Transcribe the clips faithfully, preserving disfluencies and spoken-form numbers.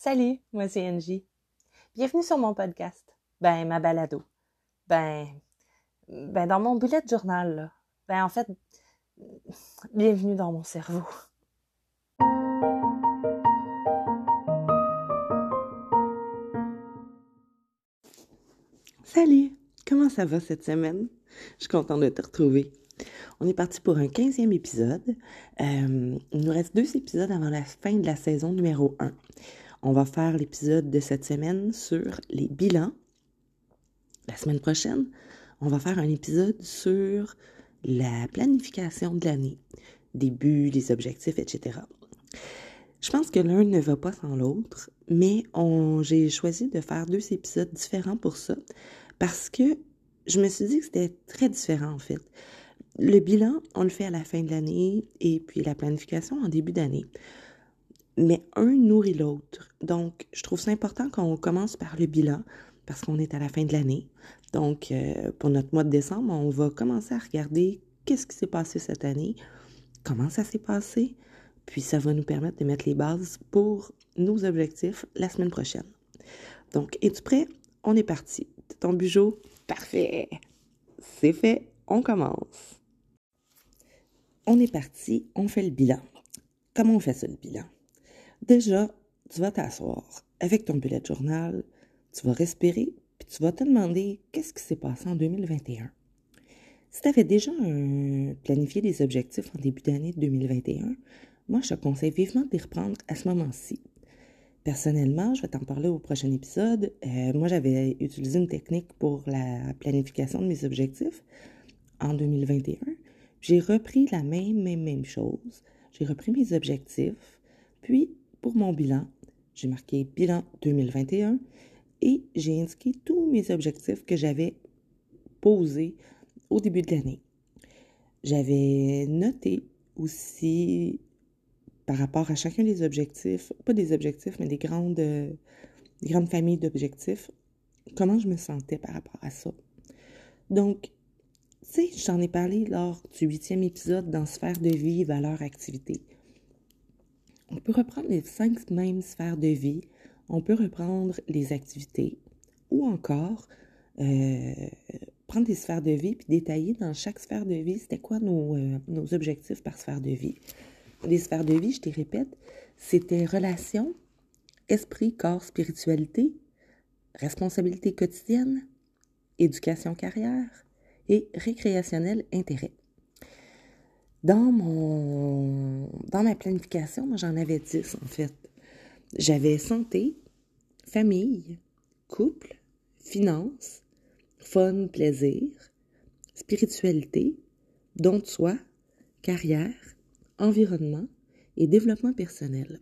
Salut, moi c'est Angie. Bienvenue sur mon podcast. Ben, ma balado. Ben, ben dans mon bullet journal, là. Ben, en fait, bienvenue dans mon cerveau. Salut, comment ça va cette semaine? Je suis contente de te retrouver. On est parti pour un quinzième épisode. Euh, il nous reste deux épisodes avant la fin de la saison numéro un. On va faire l'épisode de cette semaine sur les bilans. La semaine prochaine, on va faire un épisode sur la planification de l'année, des buts, les objectifs, et cetera. Je pense que l'un ne va pas sans l'autre, mais on, j'ai choisi de faire deux épisodes différents pour ça, parce que je me suis dit que c'était très différent en fait. Le bilan, on le fait à la fin de l'année, et puis la planification en début d'année. Mais un nourrit l'autre. Donc, je trouve ça important qu'on commence par le bilan, parce qu'on est à la fin de l'année. Donc, euh, pour notre mois de décembre, on va commencer à regarder qu'est-ce qui s'est passé cette année, comment ça s'est passé, puis ça va nous permettre de mettre les bases pour nos objectifs la semaine prochaine. Donc, es-tu prêt? On est parti. Ton bugeot? Parfait! C'est fait, on commence. On est parti, on fait le bilan. Comment on fait ça, le bilan? Déjà, tu vas t'asseoir avec ton bullet journal, tu vas respirer, puis tu vas te demander qu'est-ce qui s'est passé en deux mille vingt et un. Si tu avais déjà euh, planifié des objectifs en début d'année deux mille vingt et un, moi, je te conseille vivement de les reprendre à ce moment-ci. Personnellement, je vais t'en parler au prochain épisode. Euh, moi, j'avais utilisé une technique pour la planification de mes objectifs en deux mille vingt et un. J'ai repris la même, même, même chose. J'ai repris mes objectifs, puis pour mon bilan, j'ai marqué bilan deux mille vingt et un et j'ai indiqué tous mes objectifs que j'avais posés au début de l'année. J'avais noté aussi par rapport à chacun des objectifs, pas des objectifs, mais des grandes, euh, des grandes familles d'objectifs, comment je me sentais par rapport à ça. Donc, tu sais, je t'en ai parlé lors du huitième épisode dans Sphère de vie, valeurs, activités. On peut reprendre les cinq mêmes sphères de vie, on peut reprendre les activités, ou encore euh, prendre des sphères de vie puis détailler dans chaque sphère de vie c'était quoi nos, euh, nos objectifs par sphère de vie. Les sphères de vie, je te répète, c'était relations, esprit, corps, spiritualité, responsabilité quotidienne, éducation, carrière et récréationnel, intérêt. Dans mon dans ma planification, moi j'en avais dix en fait. J'avais santé, famille, couple, finances, fun, plaisir, spiritualité, don de soi, carrière, environnement et développement personnel.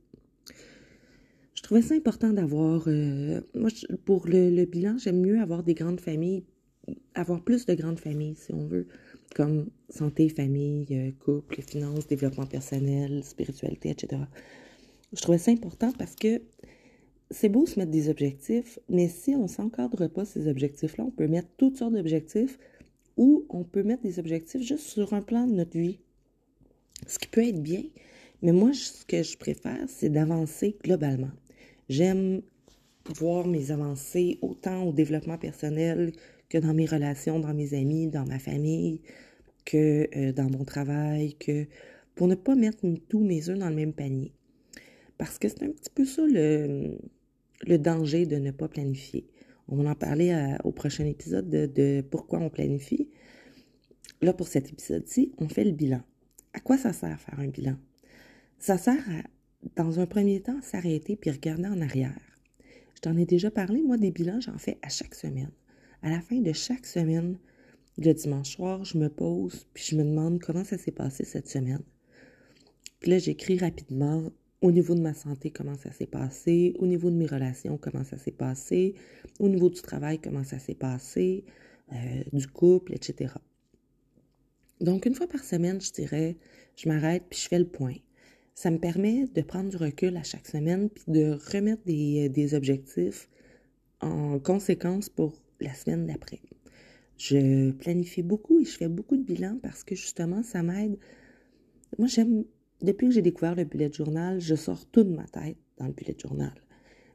Je trouvais ça important d'avoir... Euh, moi, pour le, le bilan, j'aime mieux avoir des grandes familles, avoir plus de grandes familles, si on veut, comme santé, famille, euh, couple, finances, développement personnel, spiritualité, et cetera. Je trouvais ça important parce que c'est beau se mettre des objectifs, mais si on ne s'encadre pas ces objectifs-là, on peut mettre toutes sortes d'objectifs ou on peut mettre des objectifs juste sur un plan de notre vie. Ce qui peut être bien, mais moi, ce que je préfère, c'est d'avancer globalement. J'aime voir mes avancées autant au développement personnel que dans mes relations, dans mes amis, dans ma famille, que euh, dans mon travail, que pour ne pas mettre tous mes œufs dans le même panier. Parce que c'est un petit peu ça le, le danger de ne pas planifier. On va en parler à, au prochain épisode de, de pourquoi on planifie. Là, pour cet épisode-ci, on fait le bilan. À quoi ça sert faire un bilan? Ça sert à, dans un premier temps, s'arrêter puis regarder en arrière. Je t'en ai déjà parlé, moi, des bilans, j'en fais à chaque semaine. À la fin de chaque semaine, le dimanche soir, je me pose puis je me demande comment ça s'est passé cette semaine. Puis là, j'écris rapidement au niveau de ma santé, comment ça s'est passé, au niveau de mes relations, comment ça s'est passé, au niveau du travail, comment ça s'est passé, euh, du couple, et cetera. Donc, une fois par semaine, je dirais, je m'arrête puis je fais le point. Ça me permet de prendre du recul à chaque semaine puis de remettre des, des objectifs en conséquence pour la semaine d'après. Je planifie beaucoup et je fais beaucoup de bilans parce que justement, ça m'aide. Moi, j'aime, depuis que j'ai découvert le bullet journal, je sors tout de ma tête dans le bullet journal.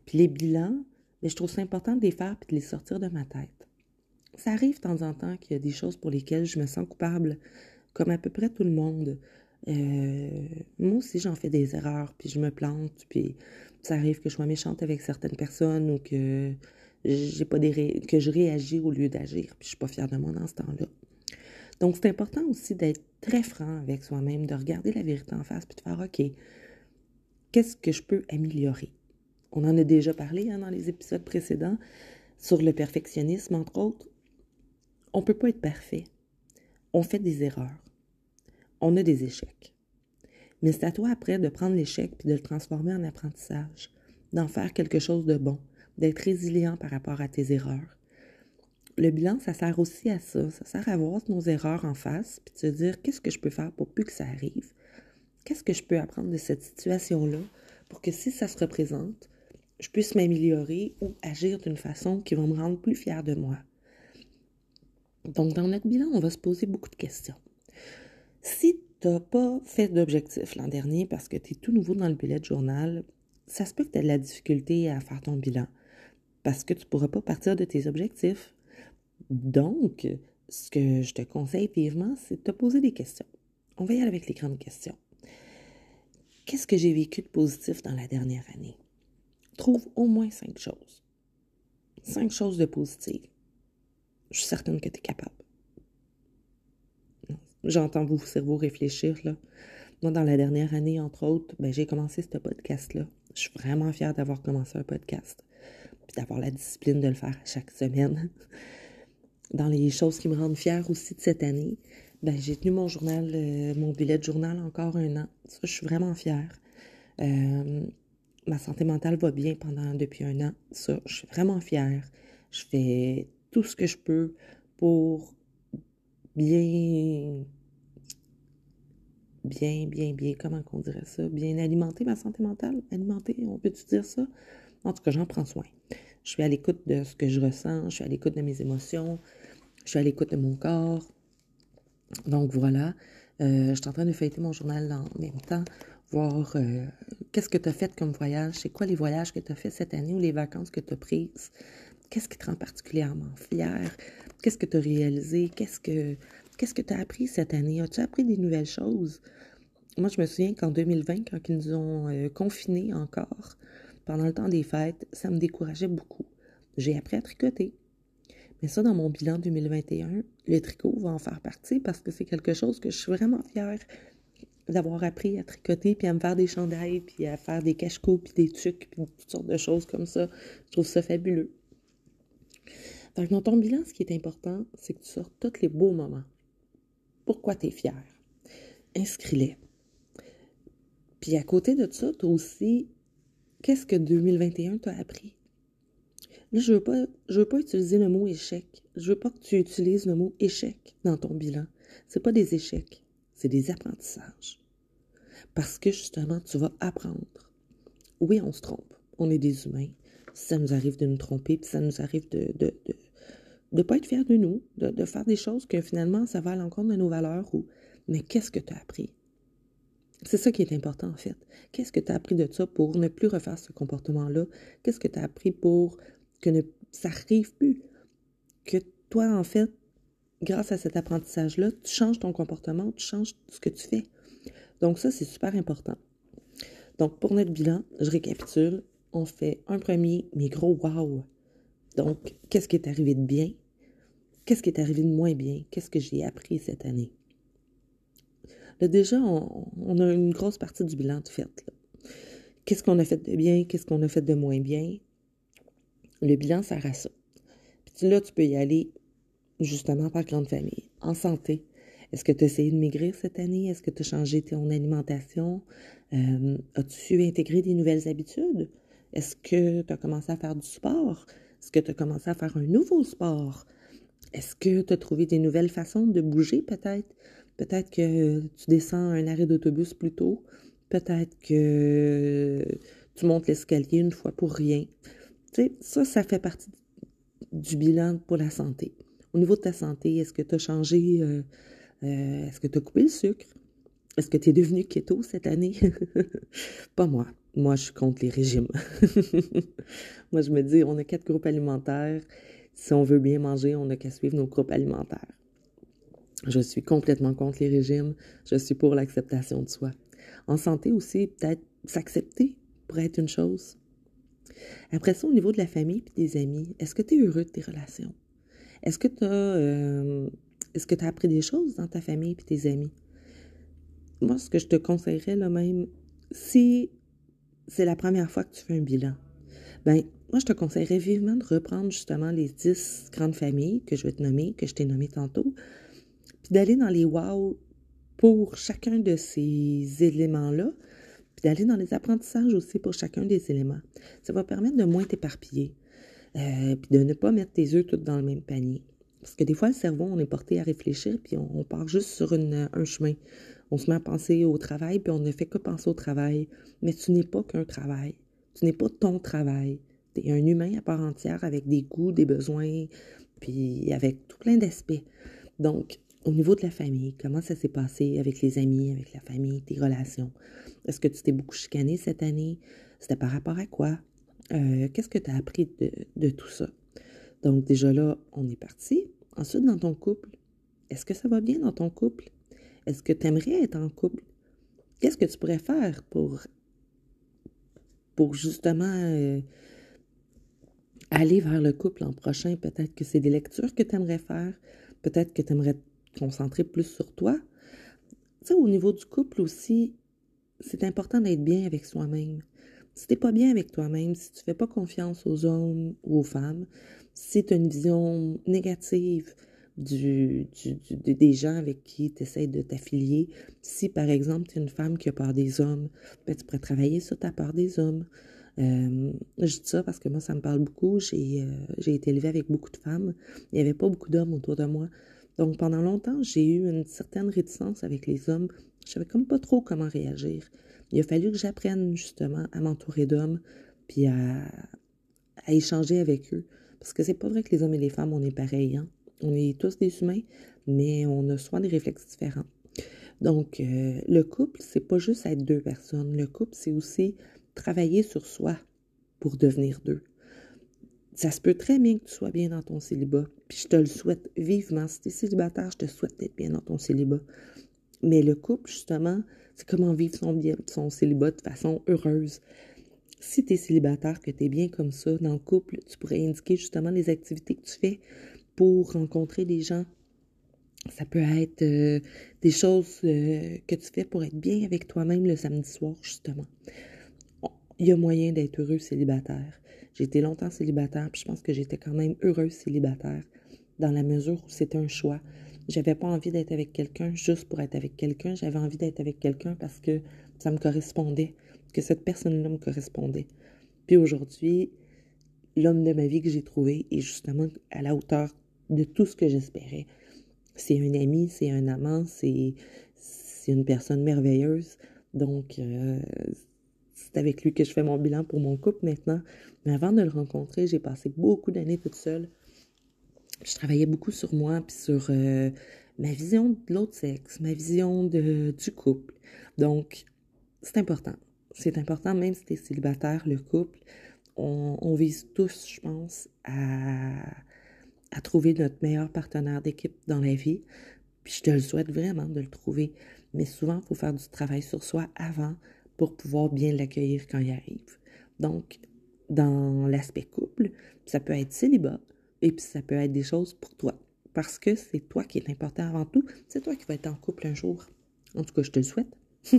Puis les bilans, mais je trouve ça important de les faire et de les sortir de ma tête. Ça arrive de temps en temps qu'il y a des choses pour lesquelles je me sens coupable, comme à peu près tout le monde. Euh, moi aussi, j'en fais des erreurs, puis je me plante, puis ça arrive que je sois méchante avec certaines personnes ou que j'ai pas des ré... que je réagis au lieu d'agir, puis je suis pas fière de moi dans ce temps-là. Donc, c'est important aussi d'être très franc avec soi-même, de regarder la vérité en face, puis de faire « OK, qu'est-ce que je peux améliorer? » On en a déjà parlé hein, dans les épisodes précédents, sur le perfectionnisme, entre autres. On peut pas être parfait. On fait des erreurs. On a des échecs. Mais c'est à toi après de prendre l'échec puis de le transformer en apprentissage, d'en faire quelque chose de bon, d'être résilient par rapport à tes erreurs. Le bilan, ça sert aussi à ça. Ça sert à voir nos erreurs en face puis de se dire qu'est-ce que je peux faire pour plus que ça arrive? Qu'est-ce que je peux apprendre de cette situation-là pour que si ça se représente, je puisse m'améliorer ou agir d'une façon qui va me rendre plus fière de moi. Donc, dans notre bilan, on va se poser beaucoup de questions. Si tu n'as pas fait d'objectif l'an dernier parce que tu es tout nouveau dans le bullet journal, ça se peut que tu aies de la difficulté à faire ton bilan parce que tu ne pourras pas partir de tes objectifs. Donc, ce que je te conseille vivement, c'est de te poser des questions. On va y aller avec les grandes questions. Qu'est-ce que j'ai vécu de positif dans la dernière année? Trouve au moins cinq choses. Cinq choses de positives. Je suis certaine que tu es capable. J'entends vos cerveaux réfléchir, là. Moi, dans la dernière année, entre autres, ben, j'ai commencé ce podcast-là. Je suis vraiment fière d'avoir commencé un podcast. Puis d'avoir la discipline de le faire chaque semaine. Dans les choses qui me rendent fière aussi de cette année, ben, j'ai tenu mon journal, euh, mon bullet journal encore un an. Ça, je suis vraiment fière. Euh, ma santé mentale va bien pendant depuis un an. Ça, je suis vraiment fière. Je fais tout ce que je peux pour bien, bien, bien, bien, comment qu'on dirait ça? Bien alimenter ma santé mentale? Alimenter, on peut-tu dire ça? En tout cas, j'en prends soin. Je suis à l'écoute de ce que je ressens, je suis à l'écoute de mes émotions, je suis à l'écoute de mon corps. Donc voilà, euh, je suis en train de feuilleter mon journal en même temps, voir euh, qu'est-ce que tu as fait comme voyage, c'est quoi les voyages que tu as fait cette année ou les vacances que tu as prises, qu'est-ce qui te rend particulièrement fière, qu'est-ce que tu as réalisé, qu'est-ce que qu'est-ce que tu as appris cette année, as-tu appris des nouvelles choses? Moi, je me souviens qu'en deux mille vingt, quand ils nous ont euh, confinés encore, pendant le temps des fêtes, ça me décourageait beaucoup. J'ai appris à tricoter. Mais ça, dans mon bilan deux mille vingt et un, le tricot va en faire partie parce que c'est quelque chose que je suis vraiment fière d'avoir appris à tricoter, puis à me faire des chandails, puis à faire des cache-cou, puis des tucs, puis toutes sortes de choses comme ça. Je trouve ça fabuleux. Donc, dans ton bilan, ce qui est important, c'est que tu sortes tous les beaux moments. Pourquoi tu es fière? Inscris-les. Puis à côté de ça, tu as aussi, qu'est-ce que deux mille vingt et un t'a appris? Là, je veux pas, je veux pas utiliser le mot échec. Je veux pas que tu utilises le mot échec dans ton bilan. C'est pas des échecs, c'est des apprentissages. Parce que justement, tu vas apprendre. Oui, on se trompe. On est des humains. Ça nous arrive de nous tromper, puis ça nous arrive de de, de, de pas être fiers de nous, de, de faire des choses que finalement, ça va à l'encontre de nos valeurs. Ou... Mais qu'est-ce que tu as appris? C'est ça qui est important, en fait. Qu'est-ce que tu as appris de ça pour ne plus refaire ce comportement-là? Qu'est-ce que tu as appris pour que ne, ça n'arrive plus? Que toi, en fait, grâce à cet apprentissage-là, tu changes ton comportement, tu changes ce que tu fais. Donc ça, c'est super important. Donc, pour notre bilan, je récapitule. On fait un premier, mais gros wow. Donc, qu'est-ce qui est arrivé de bien? Qu'est-ce qui est arrivé de moins bien? Qu'est-ce que j'ai appris cette année? Là, déjà, on, on a une grosse partie du bilan de fait. Là. Qu'est-ce qu'on a fait de bien? Qu'est-ce qu'on a fait de moins bien? Le bilan sert à ça. Puis là, tu peux y aller justement par grande famille. En santé, est-ce que tu as essayé de maigrir cette année? Est-ce que tu as changé ton alimentation? Euh, as-tu intégré des nouvelles habitudes? Est-ce que tu as commencé à faire du sport? Est-ce que tu as commencé à faire un nouveau sport? Est-ce que tu as trouvé des nouvelles façons de bouger peut-être? Peut-être que tu descends un arrêt d'autobus plus tôt. Peut-être que tu montes l'escalier une fois pour rien. Tu sais, ça, ça fait partie du bilan pour la santé. Au niveau de ta santé, est-ce que tu as changé, euh, euh, est-ce que tu as coupé le sucre? Est-ce que tu es devenu keto cette année? Pas moi. moi, je suis contre les régimes. Moi, je me dis, on a quatre groupes alimentaires. Si on veut bien manger, on n'a qu'à suivre nos groupes alimentaires. Je suis complètement contre les régimes. Je suis pour l'acceptation de soi. En santé aussi, peut-être s'accepter pourrait être une chose. Après ça, au niveau de la famille et des amis, est-ce que tu es heureux de tes relations? Est-ce que tu as euh, est-ce que tu as appris des choses dans ta famille et tes amis? Moi, ce que je te conseillerais là même, si c'est la première fois que tu fais un bilan, ben moi, je te conseillerais vivement de reprendre justement les dix grandes familles que je vais te nommer, que je t'ai nommées tantôt, puis d'aller dans les wow pour chacun de ces éléments-là, puis d'aller dans les apprentissages aussi pour chacun des éléments. Ça va permettre de moins t'éparpiller, euh, puis de ne pas mettre tes œufs tous dans le même panier. Parce que des fois, le cerveau, on est porté à réfléchir, puis on, on part juste sur une, un chemin. On se met à penser au travail, puis on ne fait que penser au travail. Mais tu n'es pas qu'un travail. Tu n'es pas ton travail. Tu es un humain à part entière avec des goûts, des besoins, puis avec tout plein d'aspects. Donc, au niveau de la famille, comment ça s'est passé avec les amis, avec la famille, tes relations? Est-ce que tu t'es beaucoup chicané cette année? C'était par rapport à quoi? Euh, qu'est-ce que tu as appris de, de tout ça? Donc, déjà là, on est parti. Ensuite, dans ton couple, est-ce que ça va bien dans ton couple? Est-ce que tu aimerais être en couple? Qu'est-ce que tu pourrais faire pour, pour justement euh, aller vers le couple l'an prochain? Peut-être que c'est des lectures que tu aimerais faire. Peut-être que tu aimerais te concentrer plus sur toi. Tu sais, au niveau du couple aussi, c'est important d'être bien avec soi-même. Si tu n'es pas bien avec toi-même, si tu ne fais pas confiance aux hommes ou aux femmes, si tu as une vision négative du, du, du, des gens avec qui tu essaies de t'affilier, si par exemple tu es une femme qui a peur des hommes, ben, tu pourrais travailler sur ta peur des hommes. Euh, je dis ça parce que moi, ça me parle beaucoup. J'ai, euh, j'ai été élevée avec beaucoup de femmes. Il n'y avait pas beaucoup d'hommes autour de moi. Donc, pendant longtemps, j'ai eu une certaine réticence avec les hommes. Je savais comme pas trop comment réagir. Il a fallu que j'apprenne justement à m'entourer d'hommes puis à, à échanger avec eux. Parce que c'est pas vrai que les hommes et les femmes, on est pareils, hein? On est tous des humains, mais on a souvent des réflexes différents. Donc, euh, le couple, c'est pas juste être deux personnes. Le couple, c'est aussi travailler sur soi pour devenir deux. Ça se peut très bien que tu sois bien dans ton célibat, puis je te le souhaite vivement. Si tu es célibataire, je te souhaite d'être bien dans ton célibat. Mais le couple, justement, c'est comment vivre son, bien, son célibat de façon heureuse. Si tu es célibataire, que tu es bien comme ça, dans le couple, tu pourrais indiquer justement les activités que tu fais pour rencontrer des gens. Ça peut être euh, des choses euh, que tu fais pour être bien avec toi-même le samedi soir, justement. Il y a moyen d'être heureux célibataire. J'ai été longtemps célibataire, puis je pense que j'étais quand même heureuse célibataire, dans la mesure où c'était un choix. J'avais pas envie d'être avec quelqu'un juste pour être avec quelqu'un. J'avais envie d'être avec quelqu'un parce que ça me correspondait, que cette personne-là me correspondait. Puis aujourd'hui, l'homme de ma vie que j'ai trouvé est justement à la hauteur de tout ce que j'espérais. C'est un ami, c'est un amant, c'est, c'est une personne merveilleuse. Donc, euh, c'est avec lui que je fais mon bilan pour mon couple maintenant. Mais avant de le rencontrer, j'ai passé beaucoup d'années toute seule. Je travaillais beaucoup sur moi, puis sur euh, ma vision de l'autre sexe, ma vision de, du couple. Donc, c'est important. C'est important, même si tu es célibataire, le couple, on, on vise tous, je pense, à, à trouver notre meilleur partenaire d'équipe dans la vie. Puis je te le souhaite vraiment de le trouver. Mais souvent, il faut faire du travail sur soi avant pour pouvoir bien l'accueillir quand il arrive. Donc, dans l'aspect couple, ça peut être célibat, et puis ça peut être des choses pour toi. Parce que c'est toi qui est important avant tout. C'est toi qui vas être en couple un jour. En tout cas, je te le souhaite.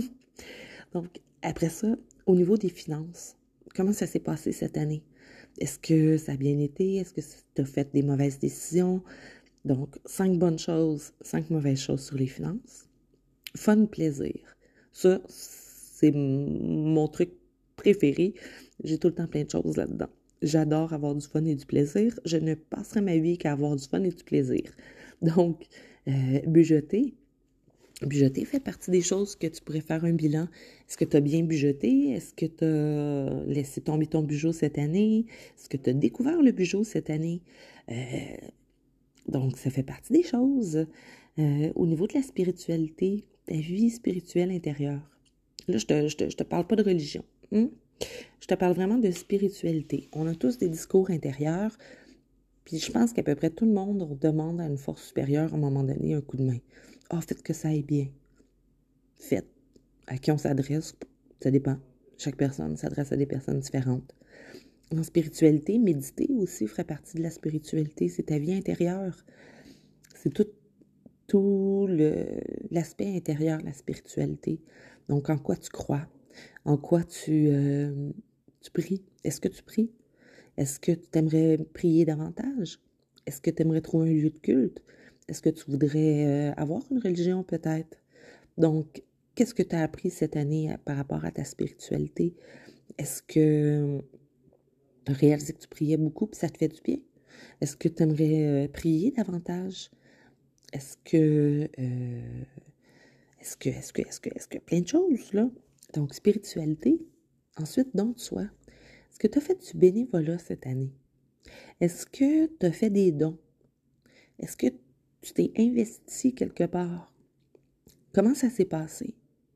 Donc, après ça, au niveau des finances, comment ça s'est passé cette année? Est-ce que ça a bien été? Est-ce que tu as fait des mauvaises décisions? Donc, cinq bonnes choses, cinq mauvaises choses sur les finances. Fun, plaisir. Ça, c'est mon truc préféré. J'ai tout le temps plein de choses là-dedans. J'adore avoir du fun et du plaisir. Je ne passerai ma vie qu'à avoir du fun et du plaisir. Donc, euh, budgéter. Budgéter fait partie des choses que tu pourrais faire un bilan. Est-ce que tu as bien budgété? Est-ce que tu as laissé tomber ton budget cette année? Est-ce que tu as découvert le budget cette année? Euh, donc, ça fait partie des choses. Euh, au niveau de la spiritualité, ta vie spirituelle intérieure. Là, je te, je te, je te parle pas de religion. Hein? Je te parle vraiment de spiritualité. On a tous des discours intérieurs, puis je pense qu'à peu près tout le monde, on demande à une force supérieure à un moment donné un coup de main. Ah, oh, faites que ça aille bien. Faites. À qui on s'adresse, ça dépend. Chaque personne s'adresse à des personnes différentes. En spiritualité, méditer aussi ferait partie de la spiritualité. C'est ta vie intérieure. C'est tout, tout le, l'aspect intérieur de la spiritualité. Donc, en quoi tu crois? En quoi tu, euh, tu pries? Est-ce que tu pries? Est-ce que tu aimerais prier davantage? Est-ce que tu aimerais trouver un lieu de culte? Est-ce que tu voudrais euh, avoir une religion peut-être? Donc, qu'est-ce que tu as appris cette année par rapport à ta spiritualité? Est-ce que tu as réalisé que tu priais beaucoup et ça te fait du bien? Est-ce que tu aimerais euh, prier davantage? Est-ce que, euh, est-ce que, est-ce que, est-ce que, est-ce que, plein de choses, là. Donc, spiritualité. Ensuite, don de soi. Est-ce que tu as fait du bénévolat cette année? Est-ce que tu as fait des dons? Est-ce que tu t'es investi quelque part? Comment ça s'est passé?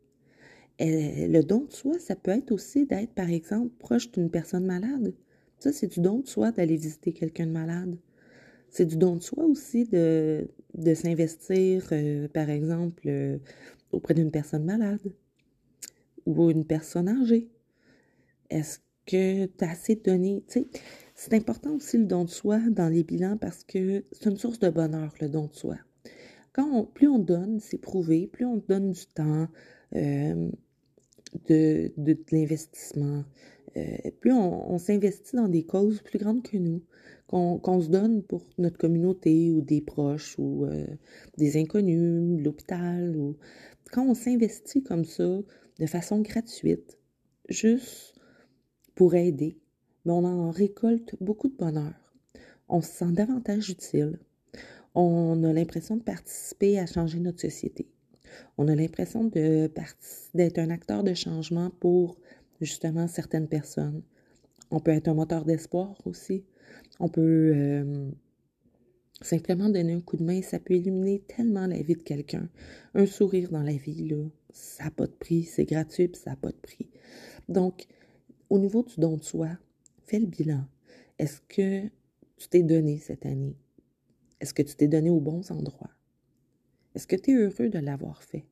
Et le don de soi, ça peut être aussi d'être, par exemple, proche d'une personne malade. Ça, c'est du don de soi d'aller visiter quelqu'un de malade. C'est du don de soi aussi de, de s'investir, euh, par exemple, euh, auprès d'une personne malade ou une personne âgée. Est-ce que tu as assez donné? Tu sais, c'est important aussi le don de soi dans les bilans parce que c'est une source de bonheur, le don de soi. Quand on, plus on donne, c'est prouvé, plus on donne du temps, euh, de, de, de l'investissement, euh, plus on, on s'investit dans des causes plus grandes que nous, qu'on, qu'on se donne pour notre communauté ou des proches ou euh, des inconnus, l'hôpital. Ou... Quand on s'investit comme ça, de façon gratuite, juste pour aider, mais on en récolte beaucoup de bonheur. On se sent davantage utile. On a l'impression de participer à changer notre société. On a l'impression de d'être un acteur de changement pour, justement, certaines personnes. On peut être un moteur d'espoir aussi. On peut euh, simplement donner un coup de main. Ça peut illuminer tellement la vie de quelqu'un. Un sourire dans la vie, là, ça n'a pas de prix. C'est gratuit, puis ça n'a pas de prix. Donc, au niveau du don de soi, fais le bilan. Est-ce que tu t'es donné cette année? Est-ce que tu t'es donné aux bons endroits? Est-ce que tu es heureux de l'avoir fait?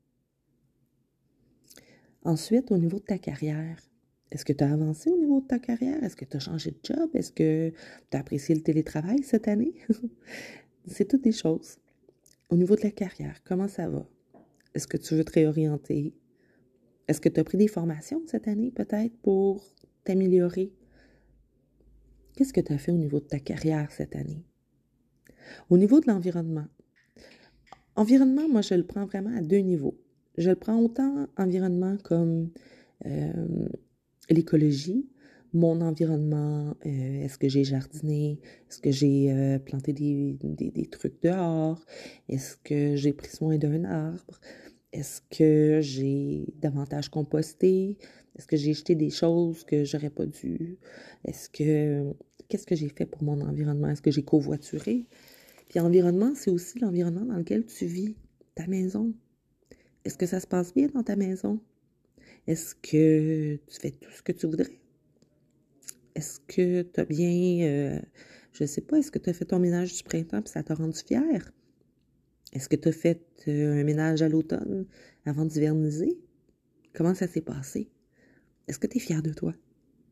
Ensuite, au niveau de ta carrière, est-ce que tu as avancé au niveau de ta carrière? Est-ce que tu as changé de job? Est-ce que tu as apprécié le télétravail cette année? C'est toutes des choses. Au niveau de la carrière, comment ça va? Est-ce que tu veux te réorienter? Est-ce que tu as pris des formations cette année peut-être pour t'améliorer? Qu'est-ce que tu as fait au niveau de ta carrière cette année? Au niveau de l'environnement. Environnement, moi, je le prends vraiment à deux niveaux. Je le prends autant environnement comme euh, l'écologie, mon environnement, euh, est-ce que j'ai jardiné, est-ce que j'ai euh, planté des, des, des trucs dehors, est-ce que j'ai pris soin d'un arbre, est-ce que j'ai davantage composté, est-ce que j'ai jeté des choses que j'aurais pas dû, est-ce que, qu'est-ce que j'ai fait pour mon environnement, est-ce que j'ai covoituré? Puis environnement, c'est aussi l'environnement dans lequel tu vis, ta maison. Est-ce que ça se passe bien dans ta maison? Est-ce que tu fais tout ce que tu voudrais? Est-ce que tu as bien, euh, je sais pas, est-ce que tu as fait ton ménage du printemps puis ça t'a rendu fière? Est-ce que tu as fait euh, un ménage à l'automne avant d'hiverniser? Comment ça s'est passé? Est-ce que tu es fière de toi?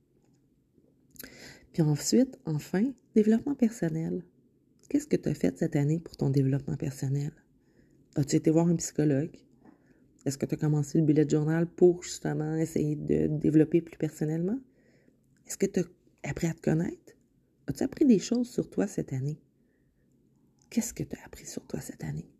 Puis ensuite, enfin, développement personnel. Qu'est-ce que tu as fait cette année pour ton développement personnel? As-tu été voir un psychologue? Est-ce que tu as commencé le bullet journal pour justement essayer de développer plus personnellement? Est-ce que tu as appris à te connaître? As-tu appris des choses sur toi cette année? Qu'est-ce que tu as appris sur toi cette année?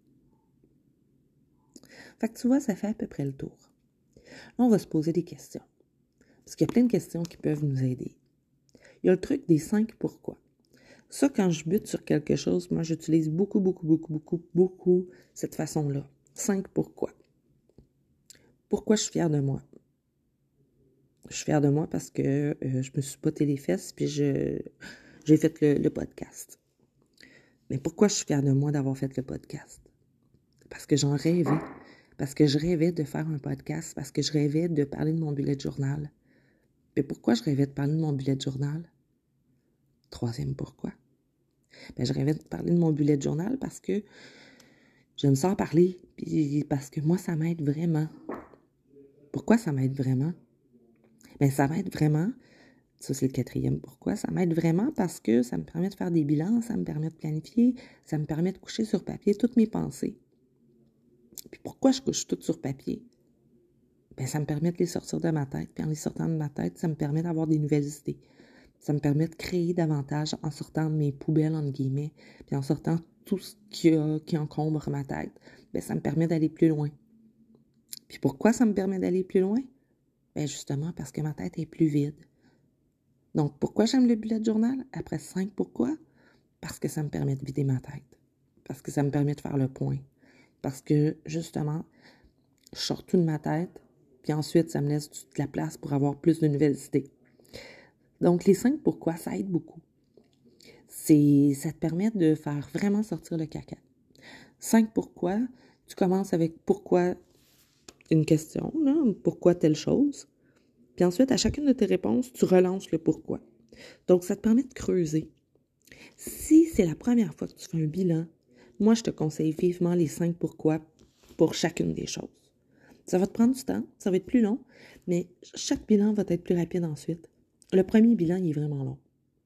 Fait que tu vois, ça fait à peu près le tour. Là, on va se poser des questions. Parce qu'il y a plein de questions qui peuvent nous aider. Il y a le truc des cinq pourquoi. Ça, quand je bute sur quelque chose, moi, j'utilise beaucoup, beaucoup, beaucoup, beaucoup, beaucoup cette façon-là. Cinq pourquoi. Pourquoi je suis fière de moi? Je suis fière de moi parce que euh, je me suis botté les fesses puis je, j'ai fait le, le podcast. Mais pourquoi je suis fière de moi d'avoir fait le podcast? Parce que j'en rêvais. Parce que je rêvais de faire un podcast. Parce que je rêvais de parler de mon bullet journal. Mais pourquoi je rêvais de parler de mon bullet journal? Troisième pourquoi. Ben, je rêvais de parler de mon bullet journal parce que j'aime ça en parler, puis parce que moi, ça m'aide vraiment. Pourquoi ça m'aide vraiment? Ben, ça m'aide vraiment, ça c'est le quatrième pourquoi, ça m'aide vraiment parce que ça me permet de faire des bilans, ça me permet de planifier, ça me permet de coucher sur papier toutes mes pensées. Puis pourquoi je couche tout sur papier? Ben, ça me permet de les sortir de ma tête, puis en les sortant de ma tête, ça me permet d'avoir des nouvelles idées. Ça me permet de créer davantage en sortant de mes poubelles, entre guillemets, puis en sortant tout ce qui, a, qui encombre ma tête. Ben, ça me permet d'aller plus loin. Puis pourquoi ça me permet d'aller plus loin? Ben justement parce que ma tête est plus vide. Donc, pourquoi j'aime le bullet journal? Après cinq pourquoi? Parce que ça me permet de vider ma tête. Parce que ça me permet de faire le point. Parce que, justement, je sors tout de ma tête, puis ensuite, ça me laisse de la place pour avoir plus de nouvelles idées. Donc, les cinq pourquoi, ça aide beaucoup. C'est, ça te permet de faire vraiment sortir le caca. Cinq pourquoi, tu commences avec pourquoi une question, là, pourquoi telle chose. Puis ensuite, à chacune de tes réponses, tu relances le pourquoi. Donc, ça te permet de creuser. Si c'est la première fois que tu fais un bilan, moi, je te conseille vivement les cinq pourquoi pour chacune des choses. Ça va te prendre du temps, ça va être plus long, mais chaque bilan va être plus rapide ensuite. Le premier bilan, il est vraiment long.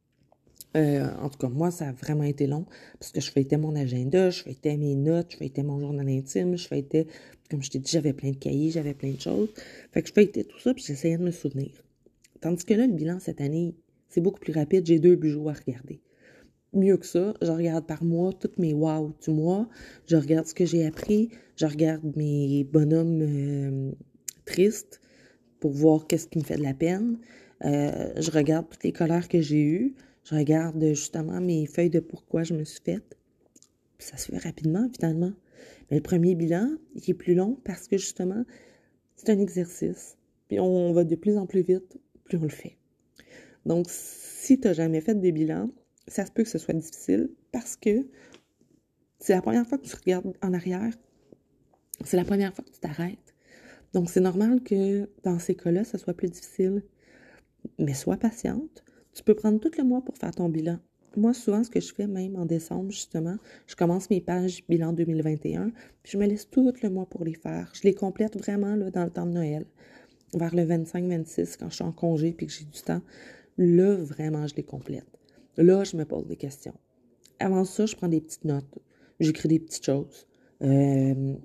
Euh, en tout cas, moi, ça a vraiment été long parce que je feuilletais mon agenda, je feuilletais mes notes, je feuilletais mon journal intime, je feuilletais, comme je t'ai dit, j'avais plein de cahiers, j'avais plein de choses. Fait que je feuilletais tout ça puis j'essayais de me souvenir. Tandis que là, le bilan cette année, c'est beaucoup plus rapide, j'ai deux bujots à regarder. Mieux que ça, je regarde par mois toutes mes wow du mois, je regarde ce que j'ai appris, je regarde mes bonhommes euh, tristes pour voir qu'est-ce qui me fait de la peine, euh, je regarde toutes les colères que j'ai eues, je regarde justement mes feuilles de pourquoi je me suis faite. Puis ça se fait rapidement, finalement. Mais le premier bilan, il est plus long parce que justement, c'est un exercice. Puis on va de plus en plus vite, plus on le fait. Donc, si tu n'as jamais fait de bilan, ça se peut que ce soit difficile parce que c'est la première fois que tu regardes en arrière, c'est la première fois que tu t'arrêtes. Donc, c'est normal que dans ces cas-là, ça soit plus difficile. Mais sois patiente. Tu peux prendre tout le mois pour faire ton bilan. Moi, souvent, ce que je fais, même en décembre, justement, je commence mes pages bilan deux mille vingt et un, puis je me laisse tout le mois pour les faire. Je les complète vraiment là, dans le temps de Noël. Vers le vingt-cinq vingt-six, quand je suis en congé puis que j'ai du temps, là, vraiment, je les complète. Là, je me pose des questions. Avant ça, je prends des petites notes. J'écris des petites choses. Euh,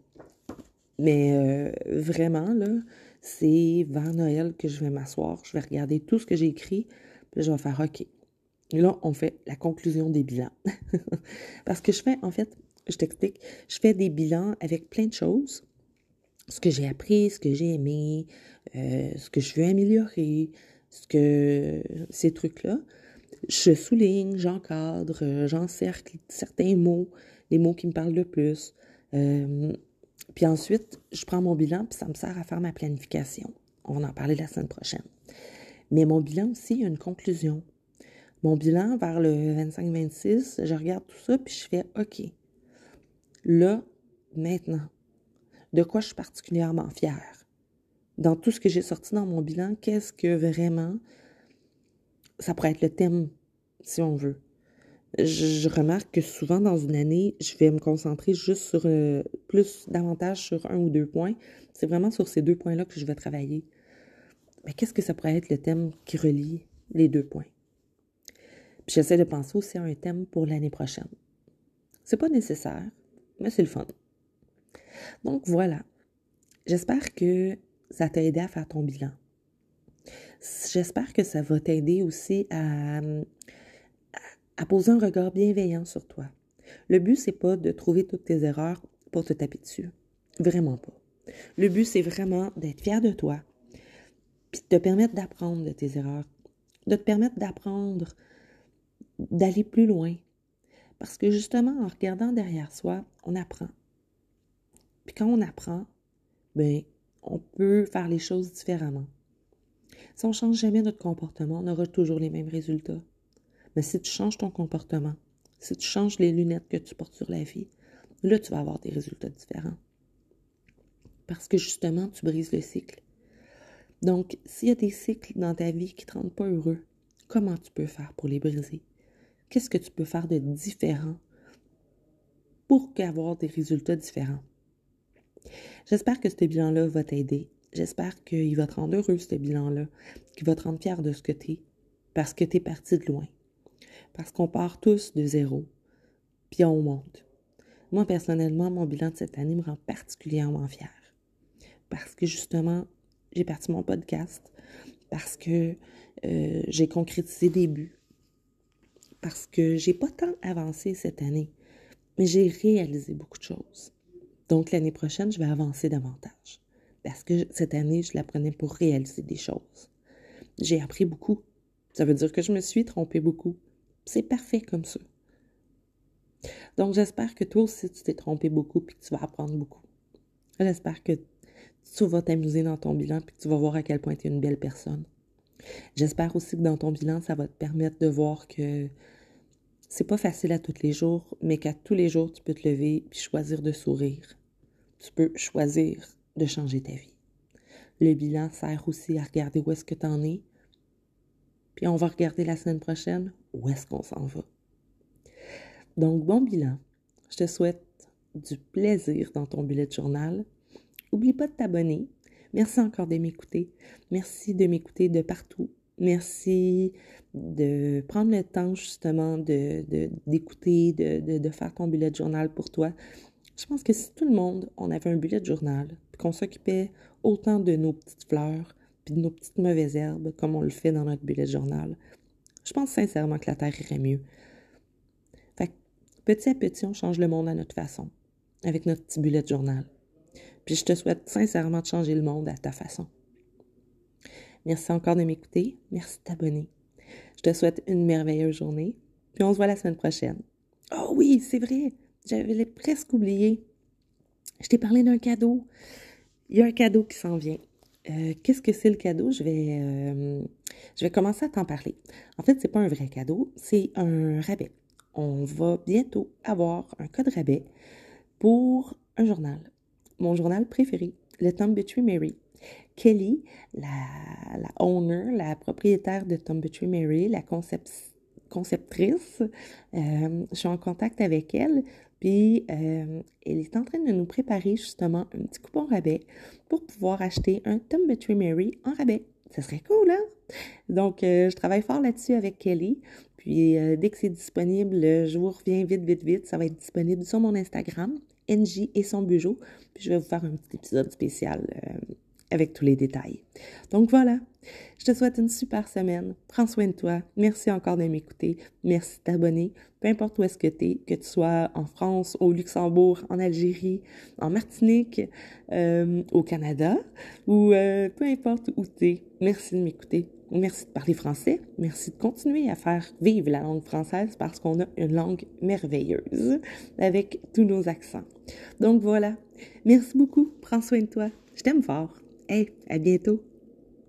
mais euh, vraiment, là, c'est vers Noël que je vais m'asseoir. Je vais regarder tout ce que j'ai écrit. Puis je vais faire OK. Et là, on fait la conclusion des bilans. Parce que je fais, en fait, je t'explique, je fais des bilans avec plein de choses. Ce que j'ai appris, ce que j'ai aimé, euh, ce que je veux améliorer, ce que ces trucs-là. Je souligne, j'encadre, j'encercle certains mots, les mots qui me parlent le plus. Euh, puis ensuite, je prends mon bilan, puis ça me sert à faire ma planification. On va en parler la semaine prochaine. Mais mon bilan aussi, il y a une conclusion. Mon bilan, vers le vingt-cinq vingt-six, je regarde tout ça, puis je fais OK. Là, maintenant, de quoi je suis particulièrement fière? Dans tout ce que j'ai sorti dans mon bilan, qu'est-ce que vraiment, ça pourrait être le thème, si on veut. Je, je remarque que souvent, dans une année, je vais me concentrer juste sur, euh, plus, davantage sur un ou deux points. C'est vraiment sur ces deux points-là que je vais travailler. Mais qu'est-ce que ça pourrait être le thème qui relie les deux points? Puis j'essaie de penser aussi à un thème pour l'année prochaine. C'est pas nécessaire, mais c'est le fun. Donc voilà. J'espère que ça t'a aidé à faire ton bilan. J'espère que ça va t'aider aussi à, à poser un regard bienveillant sur toi. Le but, c'est pas de trouver toutes tes erreurs pour te taper dessus. Vraiment pas. Le but, c'est vraiment d'être fier de toi, puis de te permettre d'apprendre de tes erreurs, de te permettre d'apprendre, d'aller plus loin. Parce que justement, en regardant derrière soi, on apprend. Puis quand on apprend, ben, on peut faire les choses différemment. Si on ne change jamais notre comportement, on aura toujours les mêmes résultats. Mais si tu changes ton comportement, si tu changes les lunettes que tu portes sur la vie, là, tu vas avoir des résultats différents. Parce que justement, tu brises le cycle. Donc, s'il y a des cycles dans ta vie qui ne te rendent pas heureux, comment tu peux faire pour les briser? Qu'est-ce que tu peux faire de différent pour avoir des résultats différents? J'espère que ce bilan-là va t'aider. J'espère qu'il va te rendre heureux, ce bilan-là, qu'il va te rendre fier de ce que tu es, parce que tu es parti de loin. Parce qu'on part tous de zéro, puis on monte. Moi, personnellement, mon bilan de cette année me rend particulièrement fière. Parce que, justement, j'ai parti mon podcast, parce que euh, j'ai concrétisé des buts, parce que j'ai pas tant avancé cette année, mais j'ai réalisé beaucoup de choses. Donc, l'année prochaine, je vais avancer davantage. Parce que cette année, je la prenais pour réaliser des choses. J'ai appris beaucoup. Ça veut dire que je me suis trompée beaucoup. C'est parfait comme ça. Donc, j'espère que toi aussi, tu t'es trompé beaucoup et que tu vas apprendre beaucoup. J'espère que tu vas t'amuser dans ton bilan et que tu vas voir à quel point tu es une belle personne. J'espère aussi que dans ton bilan, ça va te permettre de voir que c'est pas facile à tous les jours, mais qu'à tous les jours, tu peux te lever et choisir de sourire. Tu peux choisir de changer ta vie. Le bilan sert aussi à regarder où est-ce que tu en es. Puis on va regarder la semaine prochaine où est-ce qu'on s'en va. Donc, bon bilan. Je te souhaite du plaisir dans ton bullet journal. N'oublie pas de t'abonner. Merci encore de m'écouter. Merci de m'écouter de partout. Merci de prendre le temps justement de, de, d'écouter, de, de, de faire ton bullet journal pour toi. Je pense que si tout le monde, on avait un bullet journal, puis qu'on s'occupait autant de nos petites fleurs, puis de nos petites mauvaises herbes, comme on le fait dans notre bullet journal, je pense sincèrement que la Terre irait mieux. Fait que, petit à petit, on change le monde à notre façon, avec notre petit bullet journal. Puis je te souhaite sincèrement de changer le monde à ta façon. Merci encore de m'écouter. Merci de t'abonner. Je te souhaite une merveilleuse journée. Puis on se voit la semaine prochaine. Oh oui, c'est vrai! J'avais presque oublié. Je t'ai parlé d'un cadeau. Il y a un cadeau qui s'en vient. Euh, qu'est-ce que c'est le cadeau? Je vais, euh, je vais commencer à t'en parler. En fait, c'est pas un vrai cadeau, c'est un rabais. On va bientôt avoir un code rabais pour un journal. Mon journal préféré, le Tom Betry Mary. Kelly, la, la owner, la propriétaire de Tom Betry Mary, la concept, conceptrice, euh, je suis en contact avec elle. Puis, euh, elle est en train de nous préparer justement un petit coupon rabais pour pouvoir acheter un Tom Betry Mary en rabais. Ça serait cool, hein? Donc, euh, je travaille fort là-dessus avec Kelly. Puis, euh, dès que c'est disponible, je vous reviens vite, vite, vite. Ça va être disponible sur mon Instagram, N J et son bijou. Puis, je vais vous faire un petit épisode spécial euh, avec tous les détails. Donc, voilà. Je te souhaite une super semaine. Prends soin de toi. Merci encore de m'écouter. Merci de t'abonner. Peu importe où est-ce que tu es, que tu sois en France, au Luxembourg, en Algérie, en Martinique, euh, au Canada, ou euh, peu importe où tu es. Merci de m'écouter. Merci de parler français. Merci de continuer à faire vivre la langue française parce qu'on a une langue merveilleuse avec tous nos accents. Donc voilà. Merci beaucoup. Prends soin de toi. Je t'aime fort. Hey, à bientôt.